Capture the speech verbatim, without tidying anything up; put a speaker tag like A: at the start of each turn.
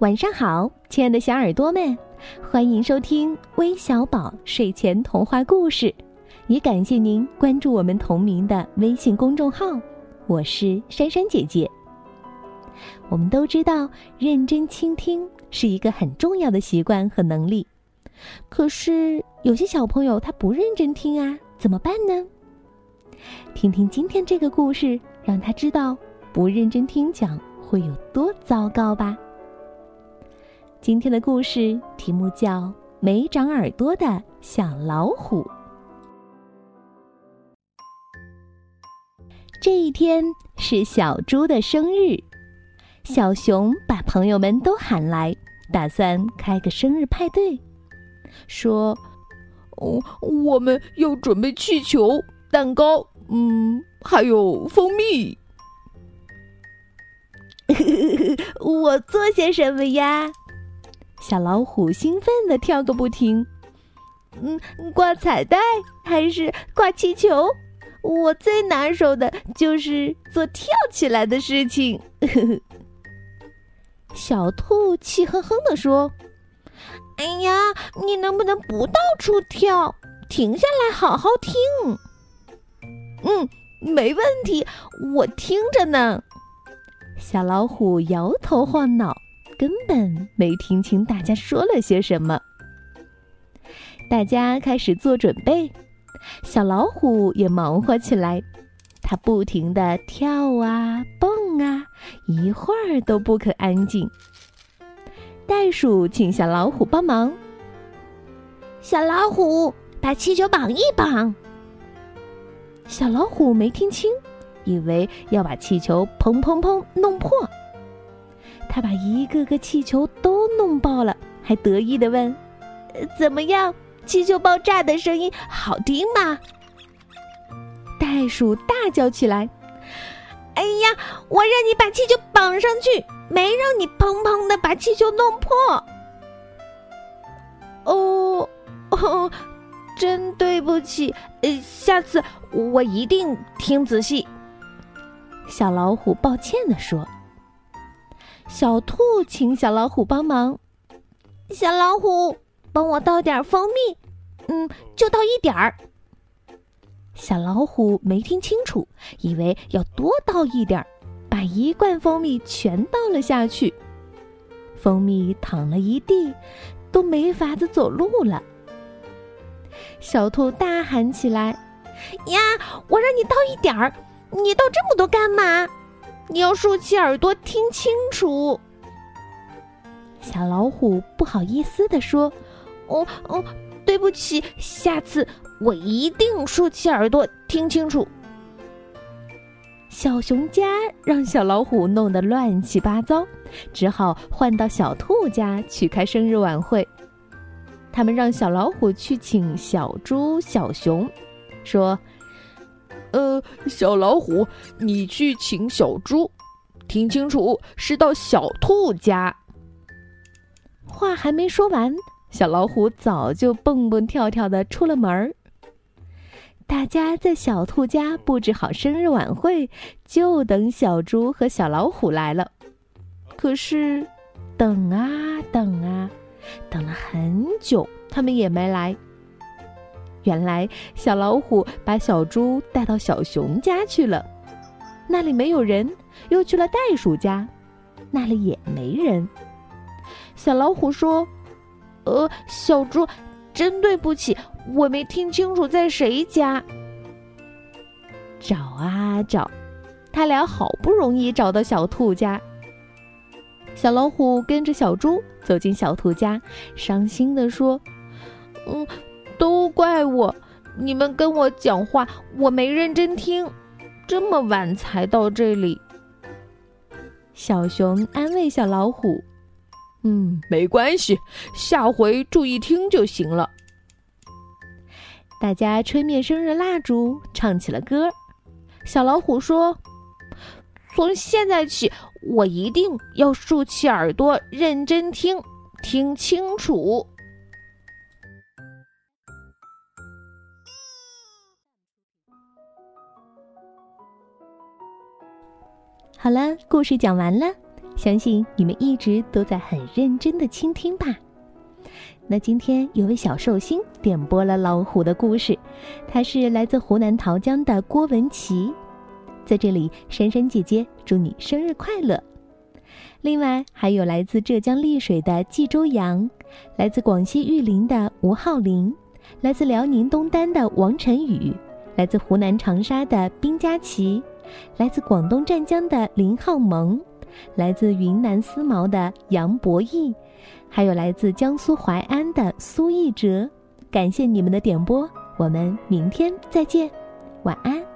A: 晚上好，亲爱的小耳朵们，欢迎收听微小宝睡前童话故事，也感谢您关注我们同名的微信公众号，我是珊珊姐姐。我们都知道，认真倾听是一个很重要的习惯和能力，可是有些小朋友他不认真听啊，怎么办呢？听听今天这个故事，让他知道不认真听讲会有多糟糕吧。今天的故事题目叫《没长耳朵的小老虎》。这一天是小猪的生日，小熊把朋友们都喊来，打算开个生日派对，说：
B: 哦，我们要准备气球、蛋糕，嗯，还有蜂蜜。
A: 我做些什么呀？小老虎兴奋地跳个不停。嗯，挂彩带还是挂气球？我最拿手的就是做跳起来的事情。小兔气哼哼地说：哎呀，你能不能不到处跳，停下来好好听？嗯，没问题，我听着呢。小老虎摇头晃脑，根本没听清大家说了些什么。大家开始做准备，小老虎也忙活起来，它不停地跳啊蹦啊，一会儿都不肯安静。袋鼠请小老虎帮忙，小老虎把气球绑一绑。小老虎没听清，以为要把气球砰砰砰弄破。他把一个个气球都弄爆了，还得意地问：怎么样，气球爆炸的声音好听吗？袋鼠大叫起来：哎呀，我让你把气球绑上去，没让你砰砰地把气球弄破。哦哦，真对不起，呃，下次我一定听仔细。小老虎抱歉地说。小兔请小老虎帮忙，小老虎帮我倒点蜂蜜，嗯，就倒一点儿。小老虎没听清楚，以为要多倒一点儿，把一罐蜂蜜全倒了下去，蜂蜜淌了一地，都没法子走路了。小兔大喊起来：呀，我让你倒一点儿，你倒这么多干嘛？你要竖起耳朵听清楚。小老虎不好意思地说：哦哦，对不起，下次我一定竖起耳朵听清楚。小熊家让小老虎弄得乱七八糟，只好换到小兔家去开生日晚会。他们让小老虎去请小猪、小熊，说：
B: 呃，小老虎，你去请小猪，听清楚，是到小兔家。
A: 话还没说完，小老虎早就蹦蹦跳跳地出了门儿。大家在小兔家布置好生日晚会，就等小猪和小老虎来了。可是，等啊等啊，等了很久，他们也没来。原来小老虎把小猪带到小熊家去了，那里没有人；又去了袋鼠家，那里也没人。小老虎说：呃，小猪，真对不起，我没听清楚在谁家。找啊找，他俩好不容易找到小兔家。小老虎跟着小猪走进小兔家，伤心地说：嗯，都怪我，你们跟我讲话，我没认真听，这么晚才到这里。小熊安慰小老虎：
B: 嗯，没关系，下回注意听就行了。
A: 大家吹灭生日蜡烛，唱起了歌。小老虎说：从现在起，我一定要竖起耳朵认真听，听清楚。好了，故事讲完了， 相信你们一直都在很认真的倾听吧。那今天有位小寿星点播了老虎的故事，他是来自湖南桃江的郭文琪。在这里，珊珊姐姐祝你生日快乐。另外还有来自浙江丽水的冀州阳，来自广西玉林的吴浩林，来自辽宁东单的王晨宇，来自湖南长沙的冰佳琪，来自广东湛江的林浩萌，来自云南思茅的杨博义，还有来自江苏淮安的苏义哲。感谢你们的点播，我们明天再见，晚安。